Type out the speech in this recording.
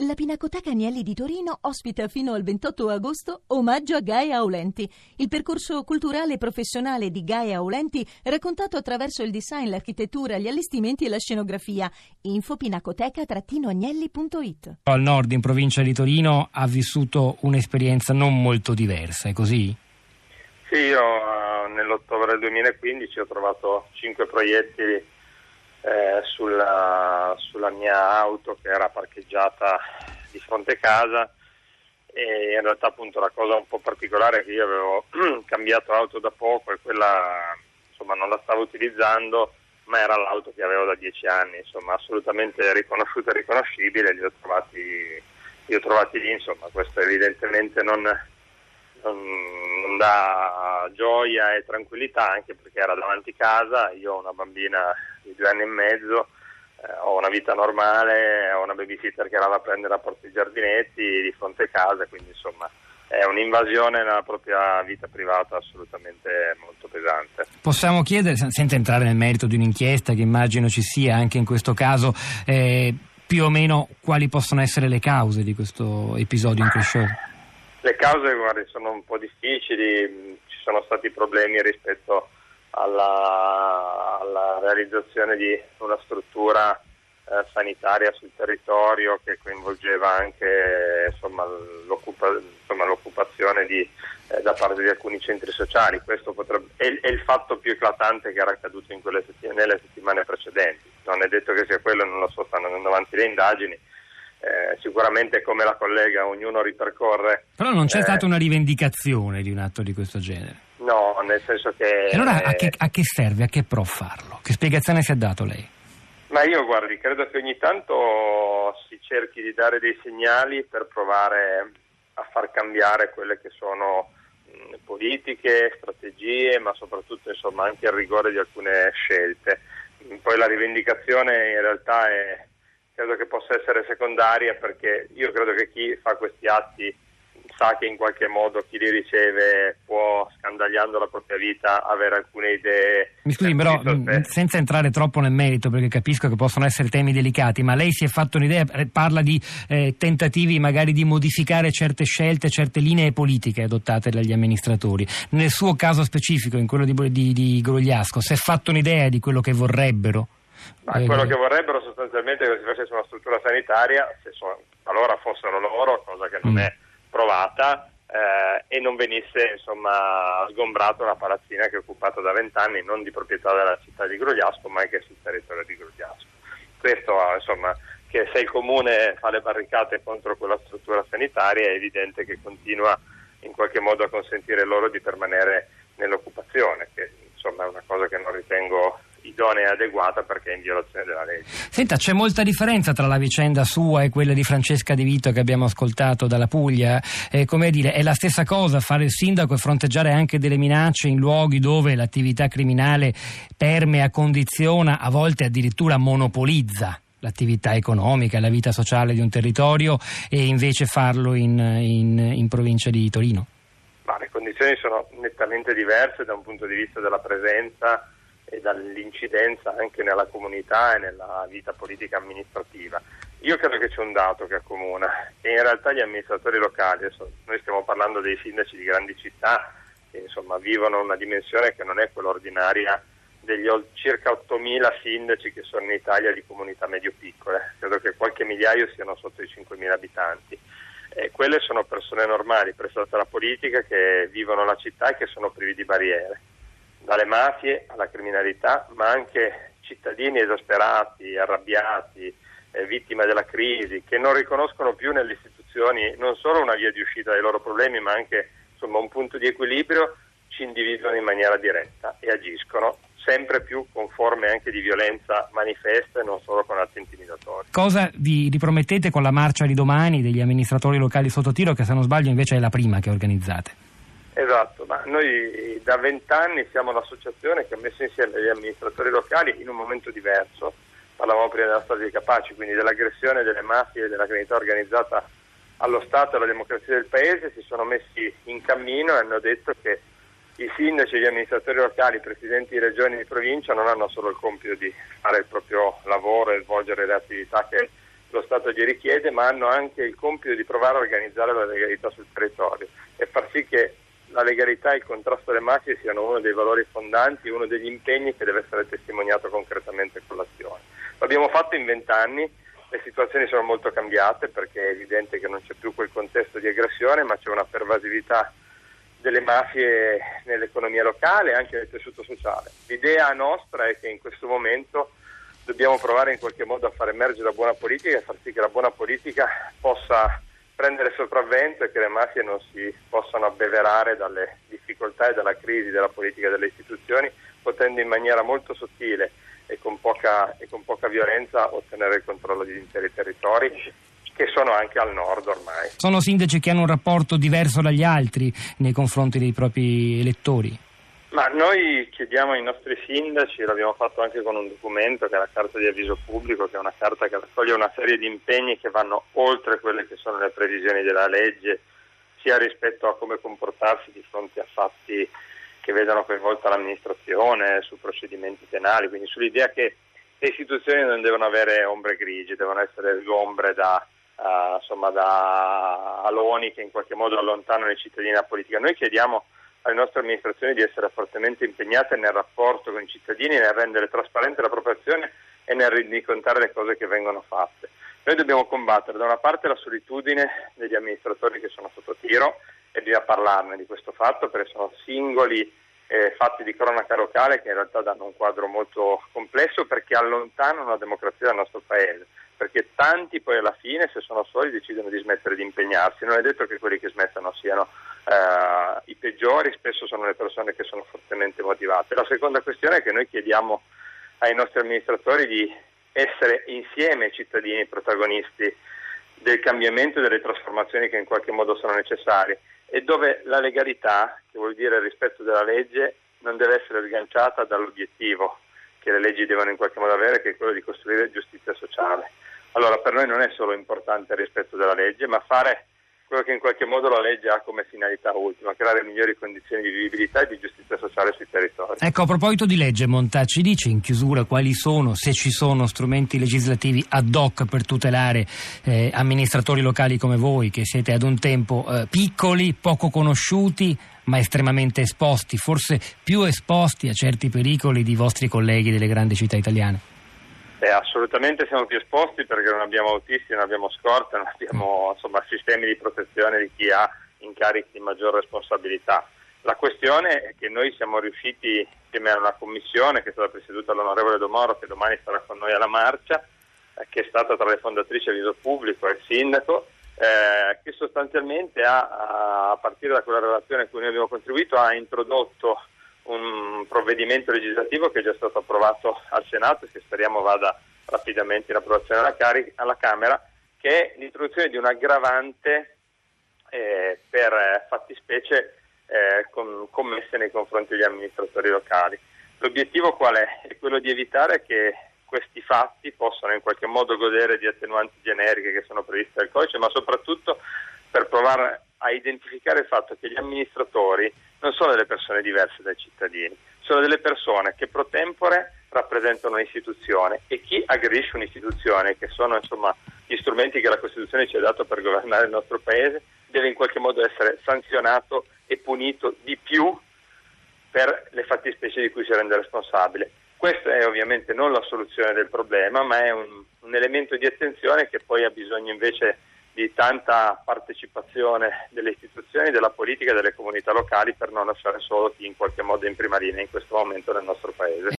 La Pinacoteca Agnelli di Torino ospita fino al 28 agosto Omaggio a Gaia Aulenti, il percorso culturale e professionale di Gaia Aulenti raccontato attraverso il design, l'architettura, gli allestimenti e la scenografia. Info pinacoteca-agnelli.it. Al nord, in provincia di Torino, ha vissuto un'esperienza non molto diversa, è così? Sì, io nell'ottobre del 2015 ho trovato 5 proiettili sulla mia auto che era parcheggiata di fronte a casa, e in realtà appunto la cosa un po' particolare è che io avevo cambiato auto da poco e quella insomma non la stavo utilizzando, ma era l'auto che avevo da 10 anni, insomma assolutamente riconosciuta e riconoscibile. Li ho trovati lì, insomma questo evidentemente non dà gioia e tranquillità, anche perché era davanti casa. Io ho una bambina di 2 anni e mezzo, ho una vita normale, ho una babysitter che la va a prendere a Porto Giardinetti di fronte a casa, quindi insomma è un'invasione nella propria vita privata assolutamente molto pesante. Possiamo chiedere, senza entrare nel merito di un'inchiesta che immagino ci sia anche in questo caso, più o meno quali possono essere le cause di questo episodio increscioso? Le cause, guardi, sono un po' difficili. Ci sono stati problemi rispetto alla realizzazione di una struttura sanitaria sul territorio che coinvolgeva anche l'occupazione da parte di alcuni centri sociali. Questo è il fatto più eclatante che era accaduto nelle settimane precedenti. Non è detto che sia quello, non lo so, stanno andando avanti le indagini. Sicuramente, come la collega, ognuno ripercorre. Però non c'è stata una rivendicazione di un atto di questo genere? No, nel senso che. E allora a che serve, a che pro farlo? Che spiegazione si è dato lei? Ma io, guardi, credo che ogni tanto si cerchi di dare dei segnali per provare a far cambiare quelle che sono politiche, strategie, ma soprattutto insomma anche il rigore di alcune scelte. Poi la rivendicazione in realtà credo che possa essere secondaria, perché io credo che chi fa questi atti sa che in qualche modo chi li riceve può, scandagliando la propria vita, avere alcune idee. Mi scusi, però senza entrare troppo nel merito, perché capisco che possono essere temi delicati, ma lei si è fatto un'idea, parla di tentativi magari di modificare certe scelte, certe linee politiche adottate dagli amministratori. Nel suo caso specifico, in quello di Grugliasco, si è fatto un'idea di quello che vorrebbero? Quello che vorrebbero sostanzialmente è che si facesse una struttura sanitaria, qualora fossero loro, cosa che non è provata, e non venisse insomma sgombrata una palazzina che è occupata da 20 anni, non di proprietà della città di Grugliasco, ma anche sul territorio di Grugliasco. Questo, insomma, che se il comune fa le barricate contro quella struttura sanitaria, è evidente che continua in qualche modo a consentire loro di permanere nell'occupazione, che insomma è una cosa che non ritengo idonea e adeguata, perché è in violazione della legge. Senta, c'è molta differenza tra la vicenda sua e quella di Francesca De Vito che abbiamo ascoltato dalla Puglia. Come dire, è la stessa cosa fare il sindaco e fronteggiare anche delle minacce in luoghi dove l'attività criminale permea, condiziona, a volte addirittura monopolizza l'attività economica, la vita sociale di un territorio, e invece farlo in provincia di Torino? Ma le condizioni sono nettamente diverse da un punto di vista della presenza e dall'incidenza anche nella comunità e nella vita politica amministrativa. Io credo che c'è un dato che accomuna, che in realtà gli amministratori locali, adesso noi stiamo parlando dei sindaci di grandi città che insomma vivono una dimensione che non è quella ordinaria degli circa 8.000 sindaci che sono in Italia di comunità medio-piccole. Credo che qualche migliaio siano sotto i 5.000 abitanti. Quelle sono persone normali, prestate alla politica, che vivono la città e che sono privi di barriere, dalle mafie alla criminalità, ma anche cittadini esasperati, arrabbiati, vittime della crisi, che non riconoscono più nelle istituzioni non solo una via di uscita dai loro problemi, ma anche insomma un punto di equilibrio, ci individuano in maniera diretta e agiscono sempre più con forme anche di violenza manifesta e non solo con atti intimidatori. Cosa vi ripromettete con la marcia di domani degli amministratori locali sotto tiro, che se non sbaglio invece è la prima che organizzate? Esatto, ma noi da 20 anni siamo l'associazione che ha messo insieme gli amministratori locali in un momento diverso. Parlavamo prima della storia dei Capaci, quindi dell'aggressione delle mafie e della criminalità organizzata allo Stato e alla democrazia del Paese. Si sono messi in cammino e hanno detto che i sindaci, gli amministratori locali, i presidenti di regioni e di provincia non hanno solo il compito di fare il proprio lavoro e svolgere le attività che lo Stato gli richiede, ma hanno anche il compito di provare a organizzare la legalità sul territorio e far sì che la legalità e il contrasto alle mafie siano uno dei valori fondanti, uno degli impegni che deve essere testimoniato concretamente con l'azione. L'abbiamo fatto in 20 anni, le situazioni sono molto cambiate perché è evidente che non c'è più quel contesto di aggressione, ma c'è una pervasività delle mafie nell'economia locale e anche nel tessuto sociale. L'idea nostra è che in questo momento dobbiamo provare in qualche modo a far emergere la buona politica e far sì che la buona politica possa prendere sopravvento e che le mafie non si possano abbeverare dalle difficoltà e dalla crisi della politica e delle istituzioni, potendo in maniera molto sottile e con poca violenza ottenere il controllo di interi territori che sono anche al nord ormai. Sono sindaci che hanno un rapporto diverso dagli altri nei confronti dei propri elettori? Ma noi chiediamo ai nostri sindaci, l'abbiamo fatto anche con un documento che è la carta di avviso pubblico, che è una carta che raccoglie una serie di impegni che vanno oltre quelle che sono le previsioni della legge, sia rispetto a come comportarsi di fronte a fatti che vedano coinvolta l'amministrazione, su procedimenti penali, quindi sull'idea che le istituzioni non devono avere ombre grigie, devono essere ombre da aloni che in qualche modo allontanano i cittadini dalla politica. Noi chiediamo alle nostre amministrazioni di essere fortemente impegnate nel rapporto con i cittadini, nel rendere trasparente la propria azione e nel rendicontare le cose che vengono fatte. Noi dobbiamo combattere da una parte la solitudine degli amministratori che sono sotto tiro e bisogna parlarne di questo fatto perché sono singoli fatti di cronaca locale che in realtà danno un quadro molto complesso perché allontanano la democrazia dal nostro paese, perché tanti poi alla fine, se sono soli, decidono di smettere di impegnarsi. Non è detto che quelli che smettono siano i peggiori, spesso sono le persone che sono fortemente motivate. La seconda questione è che noi chiediamo ai nostri amministratori di essere insieme ai cittadini protagonisti del cambiamento e delle trasformazioni che in qualche modo sono necessarie e dove la legalità, che vuol dire il rispetto della legge, non deve essere sganciata dall'obiettivo che le leggi devono in qualche modo avere, che è quello di costruire giustizia sociale. Allora per noi non è solo importante il rispetto della legge, ma fare quello che in qualche modo la legge ha come finalità ultima, creare migliori condizioni di vivibilità e di giustizia sociale sui territori. Ecco, a proposito di legge, Montà, ci dice in chiusura quali sono, se ci sono, strumenti legislativi ad hoc per tutelare amministratori locali come voi, che siete ad un tempo piccoli, poco conosciuti, ma estremamente esposti, forse più esposti a certi pericoli di vostri colleghi delle grandi città italiane? Assolutamente siamo più esposti perché non abbiamo autisti, non abbiamo scorte, non abbiamo sistemi di protezione di chi ha incarichi di maggior responsabilità. La questione è che noi siamo riusciti, insieme a una commissione che è stata presieduta dall'onorevole Domoro, che domani sarà con noi alla marcia, che è stata tra le fondatrici Avviso Pubblico e il sindaco, che sostanzialmente a partire da quella relazione a cui noi abbiamo contribuito, ha introdotto un provvedimento legislativo che è già stato approvato al Senato e che speriamo vada rapidamente in approvazione alla Camera, che è l'introduzione di un aggravante per fattispecie commesse nei confronti degli amministratori locali. L'obiettivo qual è? È quello di evitare che questi fatti possano in qualche modo godere di attenuanti generiche che sono previste dal codice, ma soprattutto per provare a identificare il fatto che gli amministratori non sono delle persone diverse dai cittadini, sono delle persone che pro tempore rappresentano un'istituzione e chi aggredisce un'istituzione, che sono gli strumenti che la Costituzione ci ha dato per governare il nostro Paese, deve in qualche modo essere sanzionato e punito di più per le fattispecie di cui si rende responsabile. Questa è ovviamente non la soluzione del problema, ma è un elemento di attenzione che poi ha bisogno invece di tanta partecipazione delle istituzioni, della politica e delle comunità locali per non lasciare solo chi in qualche modo è in prima linea in questo momento nel nostro Paese.